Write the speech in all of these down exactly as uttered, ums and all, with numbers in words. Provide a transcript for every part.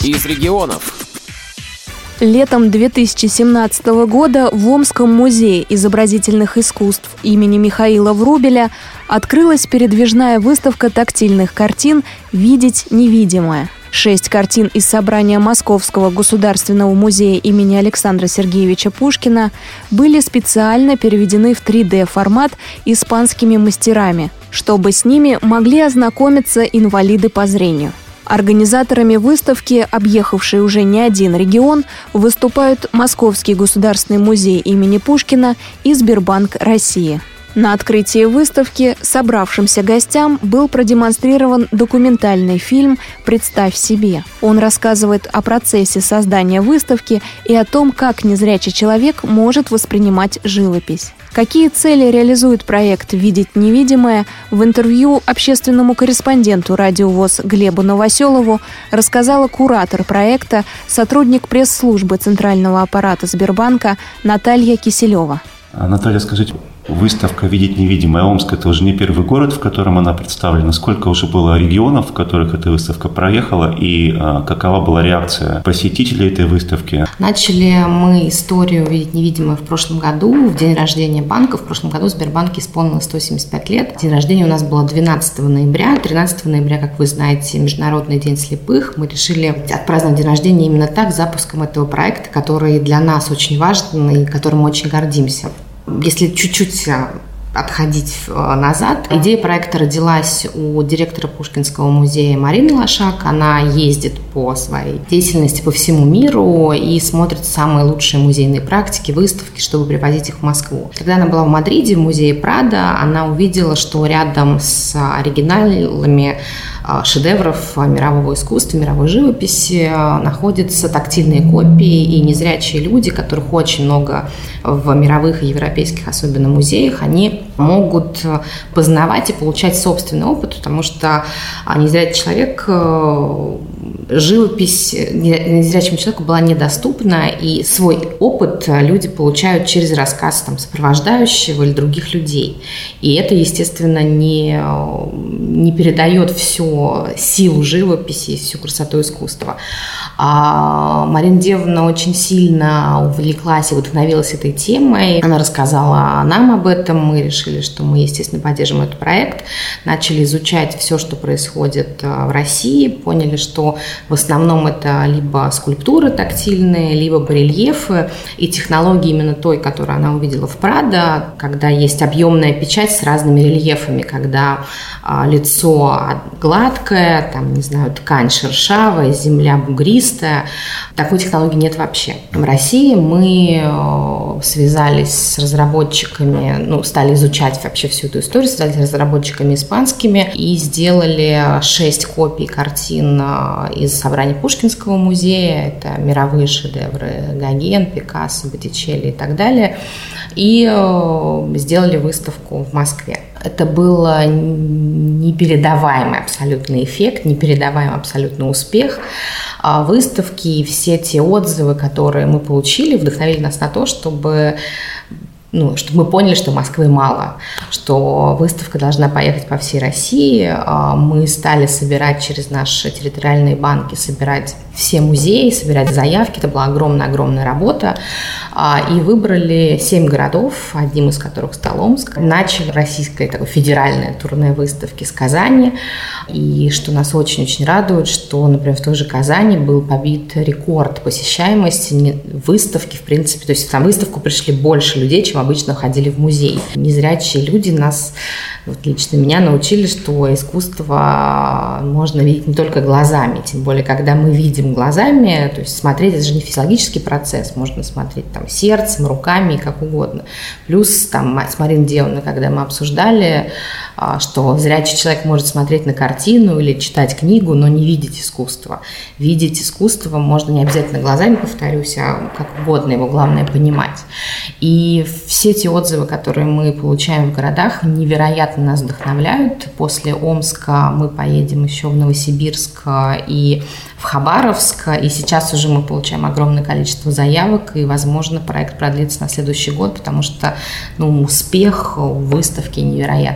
из регионов. Летом две тысячи семнадцатого года в Омском музее изобразительных искусств имени Михаила Врубеля открылась передвижная выставка тактильных картин «Видеть невидимое». Шесть картин из собрания Московского государственного музея имени Александра Сергеевича Пушкина были специально переведены в три дэ формат испанскими мастерами, чтобы с ними могли ознакомиться инвалиды по зрению. Организаторами выставки, объехавшие уже не один регион, выступают Московский государственный музей имени Пушкина и Сбербанк России. На открытии выставки собравшимся гостям был продемонстрирован документальный фильм «Представь себе». Он рассказывает о процессе создания выставки и о том, как незрячий человек может воспринимать живопись. Какие цели реализует проект «Видеть невидимое», в интервью общественному корреспонденту Радио ВОС Глебу Новоселову рассказала куратор проекта, сотрудник пресс-службы Центрального аппарата Сбербанка Наталья Киселева. Наталья, скажите, выставка «Видеть невидимое» Омск – это уже не первый город, в котором она представлена. Сколько уже было регионов, в которых эта выставка проехала, и а, какова была реакция посетителей этой выставки? Начали мы историю «Видеть невидимое» в прошлом году, в день рождения банка. В прошлом году Сбербанке исполнилось сто семьдесят пять лет. День рождения у нас было двенадцатого ноября. тринадцатого ноября, как вы знаете, Международный день слепых. Мы решили отпраздновать день рождения именно так, запуском этого проекта, который для нас очень важен и которым мы очень гордимся. Если чуть-чуть отходить назад, идея проекта родилась у директора Пушкинского музея Марины Лошак. Она ездит по своей деятельности по всему миру и смотрит самые лучшие музейные практики, выставки, чтобы привозить их в Москву. Когда она была в Мадриде, в музее Прадо, она увидела, что рядом с оригиналами шедевров мирового искусства, мировой живописи находятся тактильные копии, и незрячие люди, которых очень много в мировых и европейских особенно музеях, они могут познавать и получать собственный опыт, потому что незрячий человек, живопись незрячему человеку была недоступна, и свой опыт люди получают через рассказ там, сопровождающего или других людей. И это, естественно, не, не передает всю силу живописи и всю красоту искусства. А Марина Девна очень сильно увлеклась и вдохновилась этой темой. Она рассказала нам об этом. Мы решили, что мы, естественно, поддержим этот проект. Начали изучать все, что происходит в России. Поняли, что в основном это либо скульптуры тактильные, либо барельефы. И технологии именно той, которую она увидела в Прадо, когда есть объемная печать с разными рельефами, когда а, лицо гладкое, там, не знаю, ткань шершавая, земля бугристая. Такой технологии нет вообще. В России мы связались с разработчиками, ну, стали изучать вообще всю эту историю, связались с разработчиками испанскими и сделали шесть копий картин из собрания Пушкинского музея. Это мировые шедевры Гоген, Пикассо, Боттичелли и так далее. И сделали выставку в Москве. Это был непередаваемый абсолютный эффект, непередаваемый абсолютный успех выставки. И все те отзывы, которые мы получили, вдохновили нас на то, чтобы... Ну, чтобы мы поняли, что Москвы мало, что выставка должна поехать по всей России. Мы стали собирать через наши территориальные банки, собирать все музеи, собирать заявки. Это была огромная-огромная работа. И выбрали семь городов, одним из которых стал Омск. Начали российское такое федеральное турне выставки с Казани. И что нас очень-очень радует, что, например, в той же Казани был побит рекорд посещаемости выставки, в принципе. То есть на выставку пришли больше людей, чем обычно ходили в музей. Незрячие люди нас, вот лично меня, научили, что искусство можно видеть не только глазами, тем более, когда мы видим глазами, то есть смотреть, это же не физиологический процесс, можно смотреть там сердцем, руками и как угодно. Плюс там с Мариной Девной, когда мы обсуждали, что зрячий человек может смотреть на картину или читать книгу, но не видеть искусство. Видеть искусство можно не обязательно глазами, повторюсь, а как угодно, его главное понимать. И все те отзывы, которые мы получаем в городах, невероятно нас вдохновляют. После Омска мы поедем еще в Новосибирск и в Хабаровск, и сейчас уже мы получаем огромное количество заявок, и, возможно, проект продлится на следующий год, потому что ну, успех выставки невероятный. Надеюсь, что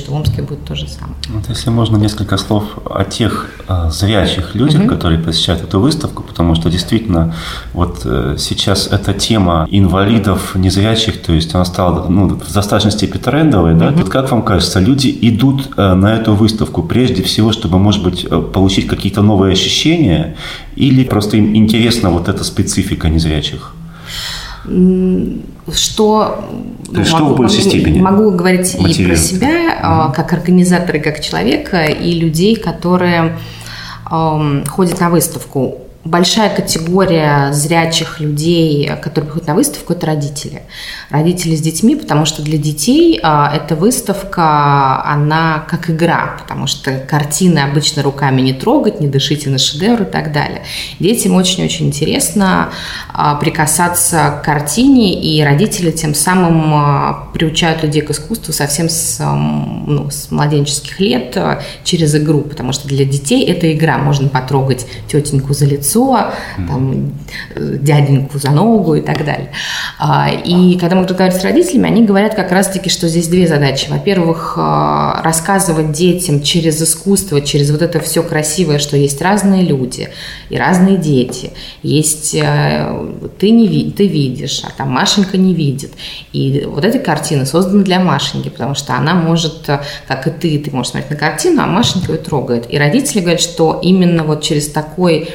что в Омске будет то же самое. Вот если можно несколько слов о тех э, зрячих людях, mm-hmm. которые посещают эту выставку, потому что действительно вот э, сейчас эта тема инвалидов незрячих, то есть она стала ну, в достаточной степени трендовой, mm-hmm. да? Вот как вам кажется, люди идут э, на эту выставку прежде всего, чтобы, может быть, э, получить какие-то новые ощущения, или просто им интересна вот эта специфика незрячих? Что, То есть, могу, что в большей могу, степени могу говорить и про себя, mm-hmm. как организатора, как человека, и людей, которые э, ходят на выставку. Большая категория зрячих людей, которые приходят на выставку, это родители. Родители с детьми, потому что для детей а, эта выставка, она как игра, потому что картины обычно руками не трогать, не дышите на шедевр и так далее. Детям очень-очень интересно а, прикасаться к картине, и родители тем самым а, приучают людей к искусству совсем с, ну, с младенческих лет а, через игру, потому что для детей это игра, можно потрогать тетеньку за лицо, там, дяденьку за ногу и так далее. И когда мы разговариваем с родителями, они говорят как раз-таки, что здесь две задачи. Во-первых, рассказывать детям через искусство, через вот это все красивое, что есть разные люди и разные дети. Есть ты, не, ты видишь, а там Машенька не видит. И вот эта картина создана для Машеньки, потому что она может, как и ты, ты можешь смотреть на картину, а Машенька ее трогает. И родители говорят, что именно вот через такой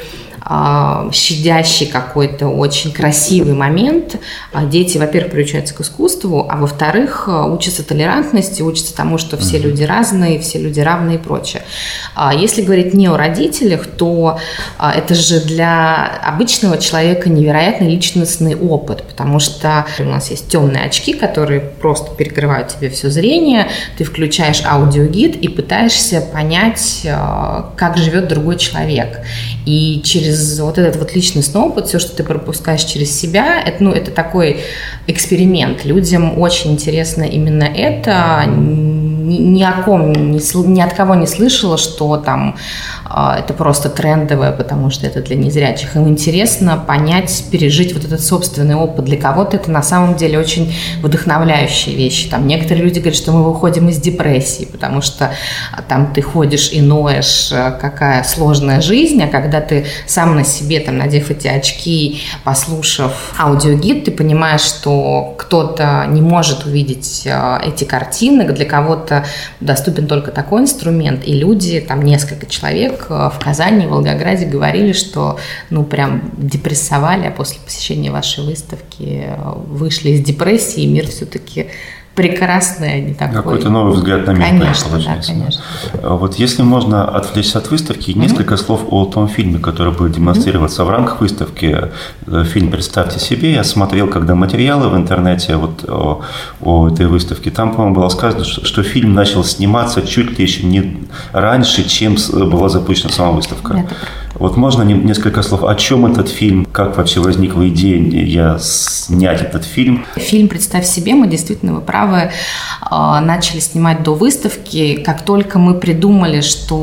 щадящий какой-то очень красивый момент дети, во-первых, приучаются к искусству, а во-вторых, учатся толерантности, учатся тому, что все люди разные, все люди равные и прочее. Если говорить не о родителях, то это же для обычного человека невероятный личностный опыт, потому что у нас есть темные очки, которые просто перекрывают тебе все зрение, ты включаешь аудиогид и пытаешься понять, как живет другой человек. И через вот этот вот личностный опыт, все, что ты пропускаешь через себя, это, ну, это такой эксперимент. Людям очень интересно именно это. Ни, ни о ком, ни, ни от кого не слышала, что там э, это просто трендовое, потому что это для незрячих. Им интересно понять, пережить вот этот собственный опыт. Для кого-то это на самом деле очень вдохновляющие вещи. Там некоторые люди говорят, что мы выходим из депрессии, потому что там ты ходишь и ноешь, какая сложная жизнь, а когда ты сам на себе, там, надев эти очки, послушав аудиогид, ты понимаешь, что кто-то не может увидеть э, эти картины, для кого-то доступен только такой инструмент, и люди, там несколько человек в Казани, в Волгограде говорили, что ну прям депрессовали, а после посещения вашей выставки вышли из депрессии, и мир все-таки прекрасный, а не такой. Какой-то новый взгляд на мир. Конечно, да, конечно. Вот если можно отвлечься от выставки, mm-hmm. несколько слов о том фильме, который будет демонстрироваться mm-hmm. в рамках выставки. Фильм «Представьте себе». Я смотрел, когда материалы в интернете вот о, о этой выставке. Там, по-моему, было сказано, что, что фильм начал сниматься чуть ли еще не раньше, чем была запущена сама выставка. Это... Вот можно несколько слов, о чем этот фильм, как вообще возникла идея снять этот фильм? Фильм «Представь себе», мы действительно, вы правы, начали снимать до выставки. Как только мы придумали,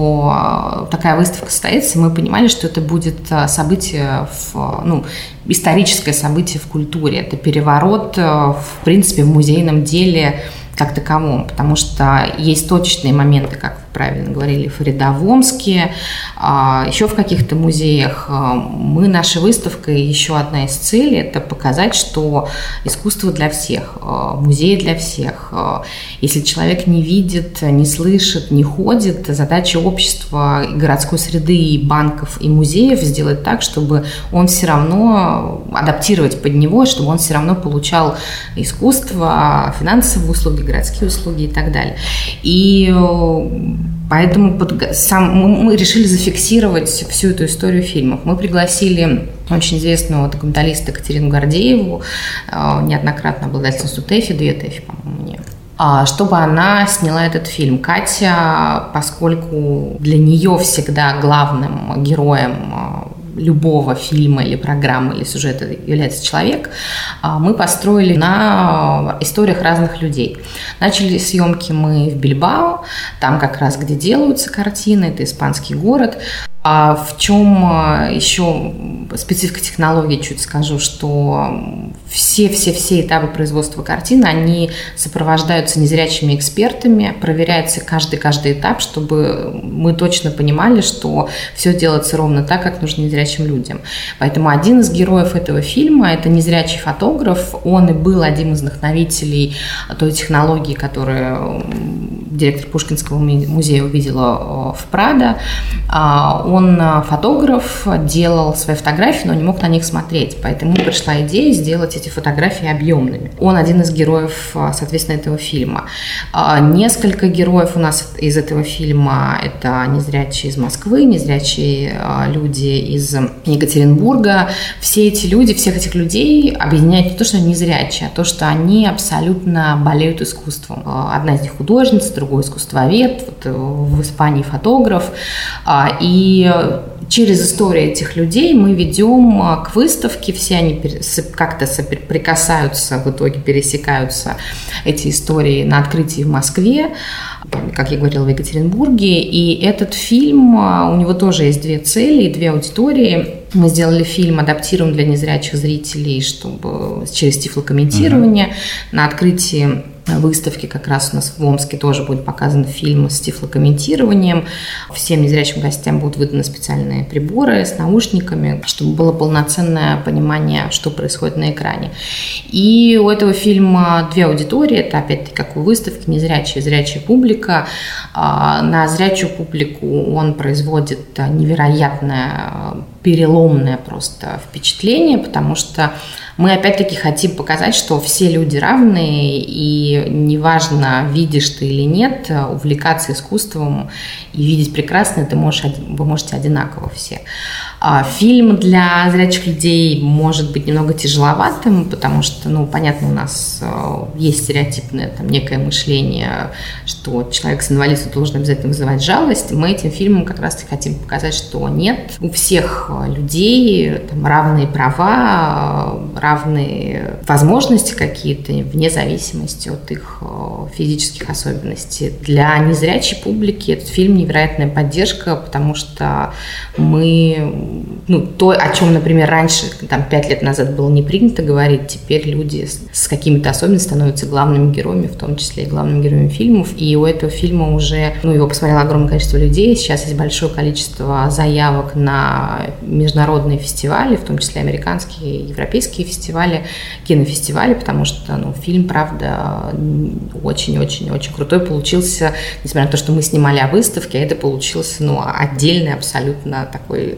что такая выставка состоится, мы понимали, что это будет событие, в, ну, историческое событие в культуре. Это переворот, в принципе, в музейном деле как таковом, потому что есть точечные моменты, как вы правильно говорили, Фарида в Омске, еще в каких-то музеях. Мы, наша выставка, еще одна из целей – это показать, что искусство для всех, музей для всех. Если человек не видит, не слышит, не ходит, задача общества, городской среды, и банков, и музеев сделать так, чтобы он все равно, адаптировать под него, чтобы он все равно получал искусство, финансовые услуги, городские услуги и так далее. И поэтому под, сам, мы, мы решили зафиксировать всю эту историю фильмов. Мы пригласили очень известного документалиста Катерину Гордееву, неоднократно обладательницу ТЭФИ, две ТЭФИ, по-моему, нет, чтобы она сняла этот фильм. Катя, поскольку для нее всегда главным героем любого фильма или программы или сюжета является человек, мы построили на историях разных людей. Начали съемки мы в Бильбао, там как раз где делаются картины, это испанский город. А в чем еще специфика технологии, чуть скажу, что все-все-все этапы производства картины, они сопровождаются незрячими экспертами, проверяется каждый-каждый этап, чтобы мы точно понимали, что все делается ровно так, как нужно незрячим людям. Поэтому один из героев этого фильма – это незрячий фотограф, он и был один из вдохновителей той технологии, которую директор Пушкинского музея увидела в Прадо. Он фотограф, делал свои фотографии, но не мог на них смотреть, поэтому пришла идея сделать эти фотографии объемными. Он один из героев, соответственно, этого фильма. Несколько героев у нас из этого фильма – это незрячие из Москвы, незрячие люди из Екатеринбурга. Все эти люди, всех этих людей объединяет не то, что они незрячие, а то, что они абсолютно болеют искусством. Одна из них художница, другой искусствовед, вот в Испании фотограф. И через историю этих людей мы ведем к выставке, все они как-то соприкасаются, в итоге пересекаются эти истории на открытии в Москве, как я говорила, в Екатеринбурге. И этот фильм, у него тоже есть две цели, две аудитории. Мы сделали фильм, адаптирован для незрячих зрителей, чтобы через тифлокомментирование. Mm-hmm. На открытии выставки как раз у нас в Омске тоже будет показан фильм с тифлокомментированием. Всем незрячим гостям будут выданы специальные приборы с наушниками, чтобы было полноценное понимание, что происходит на экране. И у этого фильма две аудитории. Это, опять-таки, как у выставки, незрячая и зрячая публика. На зрячую публику он производит невероятное, переломное просто впечатление, потому что мы опять-таки хотим показать, что все люди равные, и неважно, видишь ты или нет, увлекаться искусством и видеть прекрасное ты можешь, вы можете одинаково все. Фильм для зрячих людей может быть немного тяжеловатым, потому что, ну, понятно, у нас есть стереотипное там некое мышление, что человек с инвалидностью должен обязательно вызывать жалость. Мы этим фильмом как раз-таки хотим показать, что нет, у всех людей там равные права, равные возможности какие-то, вне зависимости от их физических особенностей. Для незрячей публики этот фильм невероятная поддержка, потому что мы... Ну, то, о чем, например, раньше, там, пять лет назад было не принято говорить, теперь люди с, с какими-то особенностями становятся главными героями, в том числе и главными героями фильмов. И у этого фильма уже, ну, его посмотрело огромное количество людей. Сейчас есть большое количество заявок на международные фестивали, в том числе американские, европейские фестивали, кинофестивали, потому что, ну, фильм, правда, очень-очень-очень крутой получился, несмотря на то, что мы снимали о выставке, а это получился, ну, отдельный абсолютно такой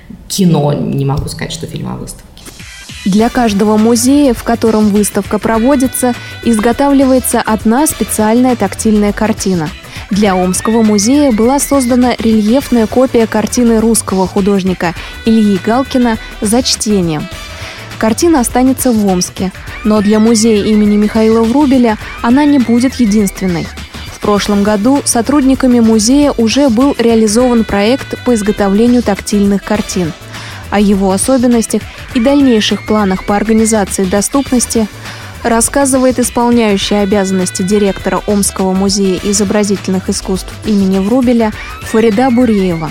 кино, не могу сказать, что фильм о выставке. Для каждого музея, в котором выставка проводится, изготавливается одна специальная тактильная картина. Для Омского музея была создана рельефная копия картины русского художника Ильи Галкина «За чтением». Картина останется в Омске, но для музея имени Михаила Врубеля она не будет единственной. В прошлом году сотрудниками музея уже был реализован проект по изготовлению тактильных картин. О его особенностях и дальнейших планах по организации доступности рассказывает исполняющая обязанности директора Омского музея изобразительных искусств имени Врубеля Фарида Буреева.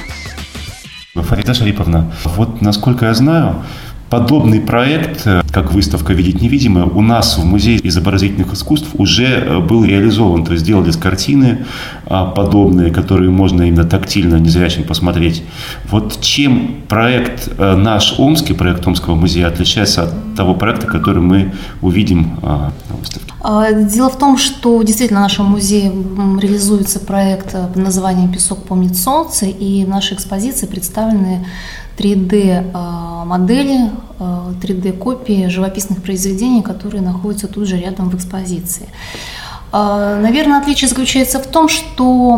Фарида Шариповна, вот насколько я знаю, подобный проект, как выставка «Видеть невидимое», у нас в Музее изобразительных искусств уже был реализован. То есть делались картины подобные, которые можно именно тактильно незрячим посмотреть. Вот чем проект наш омский, проект Омского музея отличается от того проекта, который мы увидим на выставке? Дело в том, что действительно в нашем музее реализуется проект под названием «Песок помнит солнце», и в нашей экспозиции представлены три дэ модели, три дэ копии живописных произведений, которые находятся тут же рядом в экспозиции. Наверное, отличие заключается в том, что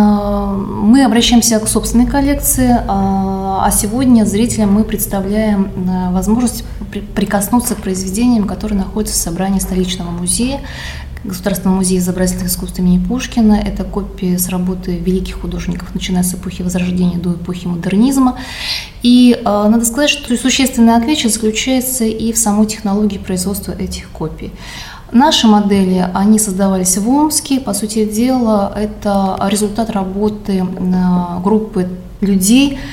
мы обращаемся к собственной коллекции, а сегодня зрителям мы представляем возможность прикоснуться к произведениям, которые находятся в собрании столичного музея, Государственного музея изобразительных искусств имени Пушкина. Это копии с работы великих художников, начиная с эпохи Возрождения до эпохи модернизма. И э, надо сказать, что существенное отличие заключается и в самой технологии производства этих копий. Наши модели, они создавались в Омске. По сути дела, это результат работы э, группы людей,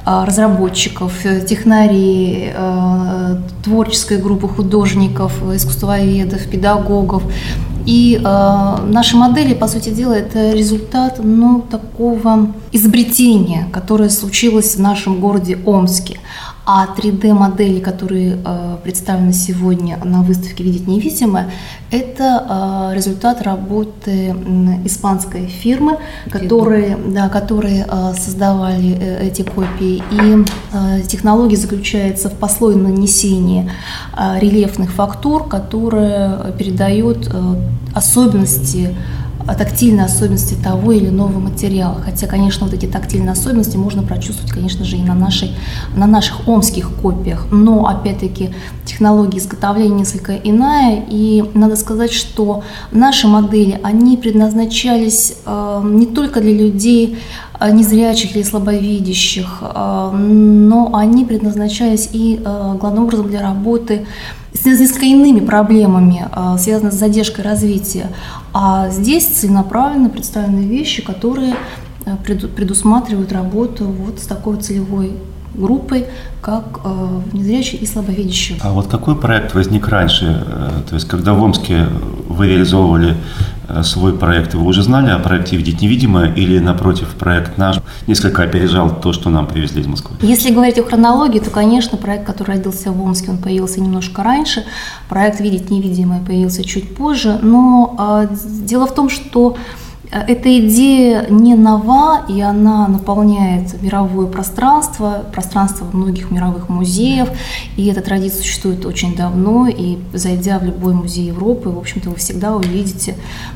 разработчиков, технарей, творческой группы художников, искусствоведов, педагогов. И э, наши модели, по сути дела, это результат ну, такого изобретения, которое случилось в нашем городе Омске. А три дэ-модели, которые э, представлены сегодня на выставке «Видеть невидимое», это э, результат работы э, испанской фирмы, которые, да, которые э, создавали э, эти копии. И э, технология заключается в послойном нанесении э, рельефных фактур, которые передают э, особенности, тактильные особенности того или иного материала. Хотя, конечно, вот эти тактильные особенности можно прочувствовать, конечно же, и на, нашей, на наших омских копиях. Но, опять-таки, технология изготовления несколько иная. И надо сказать, что наши модели, они предназначались э, не только для людей э, незрячих или слабовидящих, э, но они предназначались и, э, главным образом, для работы с несколько иными проблемами, связанными с задержкой развития. А здесь целенаправленно представлены вещи, которые предусматривают работу вот с такой целевой группой, как незрячие и слабовидящие. А вот какой проект возник раньше? То есть, когда в Омске вы реализовывали свой проект, вы уже знали о проекте «Видеть невидимое» или, напротив, проект наш несколько опережал то, что нам привезли из Москвы? Если говорить о хронологии, то, конечно, проект, который родился в Омске, он появился немножко раньше. Проект «Видеть невидимое» появился чуть позже. Но э, дело в том, что эта идея не нова, и она наполняет мировое пространство, пространство многих мировых музеев, и эта традиция существует очень давно, и зайдя в любой музей Европы, в общем-то, вы всегда увидите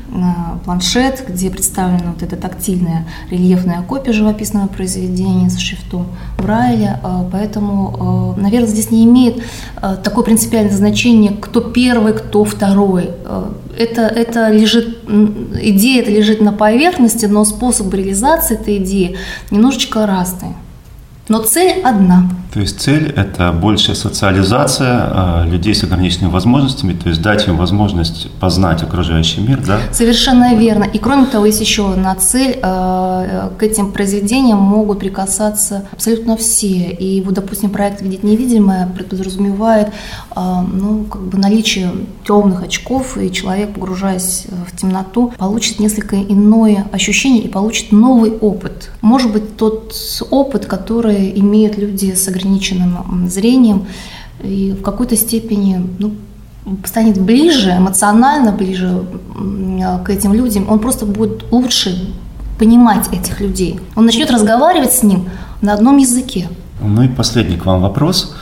планшет, где представлена вот эта тактильная рельефная копия живописного произведения со шрифтом Брайля, поэтому, наверное, здесь не имеет такое принципиальное значение, кто первый, кто второй. Это, это лежит, идея это лежит на поверхности, но способ реализации этой идеи немножечко разный. Но цель одна. То есть цель – это большая социализация людей с ограниченными возможностями, то есть дать им возможность познать окружающий мир, да? Совершенно верно. И кроме того, есть еще одна цель. К этим произведениям могут прикасаться абсолютно все. И вот, допустим, проект «Видеть невидимое» подразумевает ну, как бы наличие темных очков, и человек, погружаясь в темноту, получит несколько иное ощущение и получит новый опыт. Может быть, тот опыт, который имеют люди с ограниченным зрением, и в какой-то степени ну, станет ближе, эмоционально ближе к этим людям, он просто будет лучше понимать этих людей. Он начнет разговаривать с ним на одном языке. Ну и последний к вам вопрос.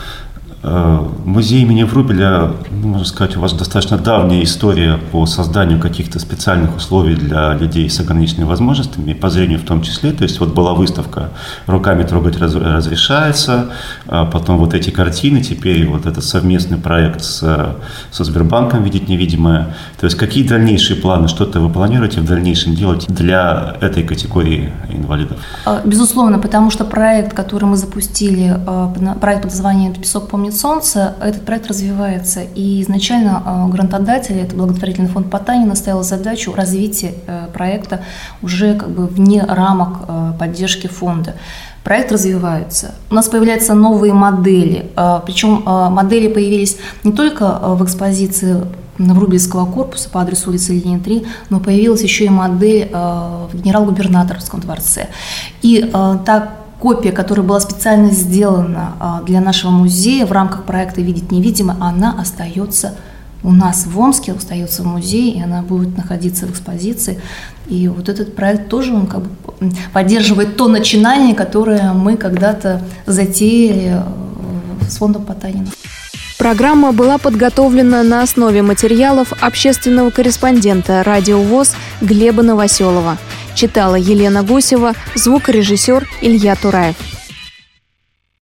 Музей имени Врубеля, ну, можно сказать, у вас достаточно давняя история по созданию каких-то специальных условий для людей с ограниченными возможностями, по зрению в том числе. То есть вот была выставка «Руками трогать разрешается», потом вот эти картины, теперь вот этот совместный проект с, со Сбербанком «Видеть невидимое». То есть какие дальнейшие планы, что-то вы планируете в дальнейшем делать для этой категории инвалидов? Безусловно, потому что проект, который мы запустили, проект под названием «Песок помнит солнце», этот проект развивается, и изначально грантодатель, это благотворительный фонд Потанина, ставил задачу развития проекта уже как бы вне рамок поддержки фонда. Проект развивается. У нас появляются новые модели, причем модели появились не только в экспозиции Врубельского корпуса по адресу улицы Ленина три, но появилась еще и модель в генерал-губернаторском дворце. И так копия, которая была специально сделана для нашего музея в рамках проекта «Видеть невидимое», она остается у нас в Омске, остается в музее, и она будет находиться в экспозиции. И вот этот проект тоже он как бы поддерживает то начинание, которое мы когда-то затеяли с фондом Потанина. Программа была подготовлена на основе материалов общественного корреспондента «Радио ВОС» Глеба Новоселова. Читала Елена Гусева, звукорежиссер Илья Тураев.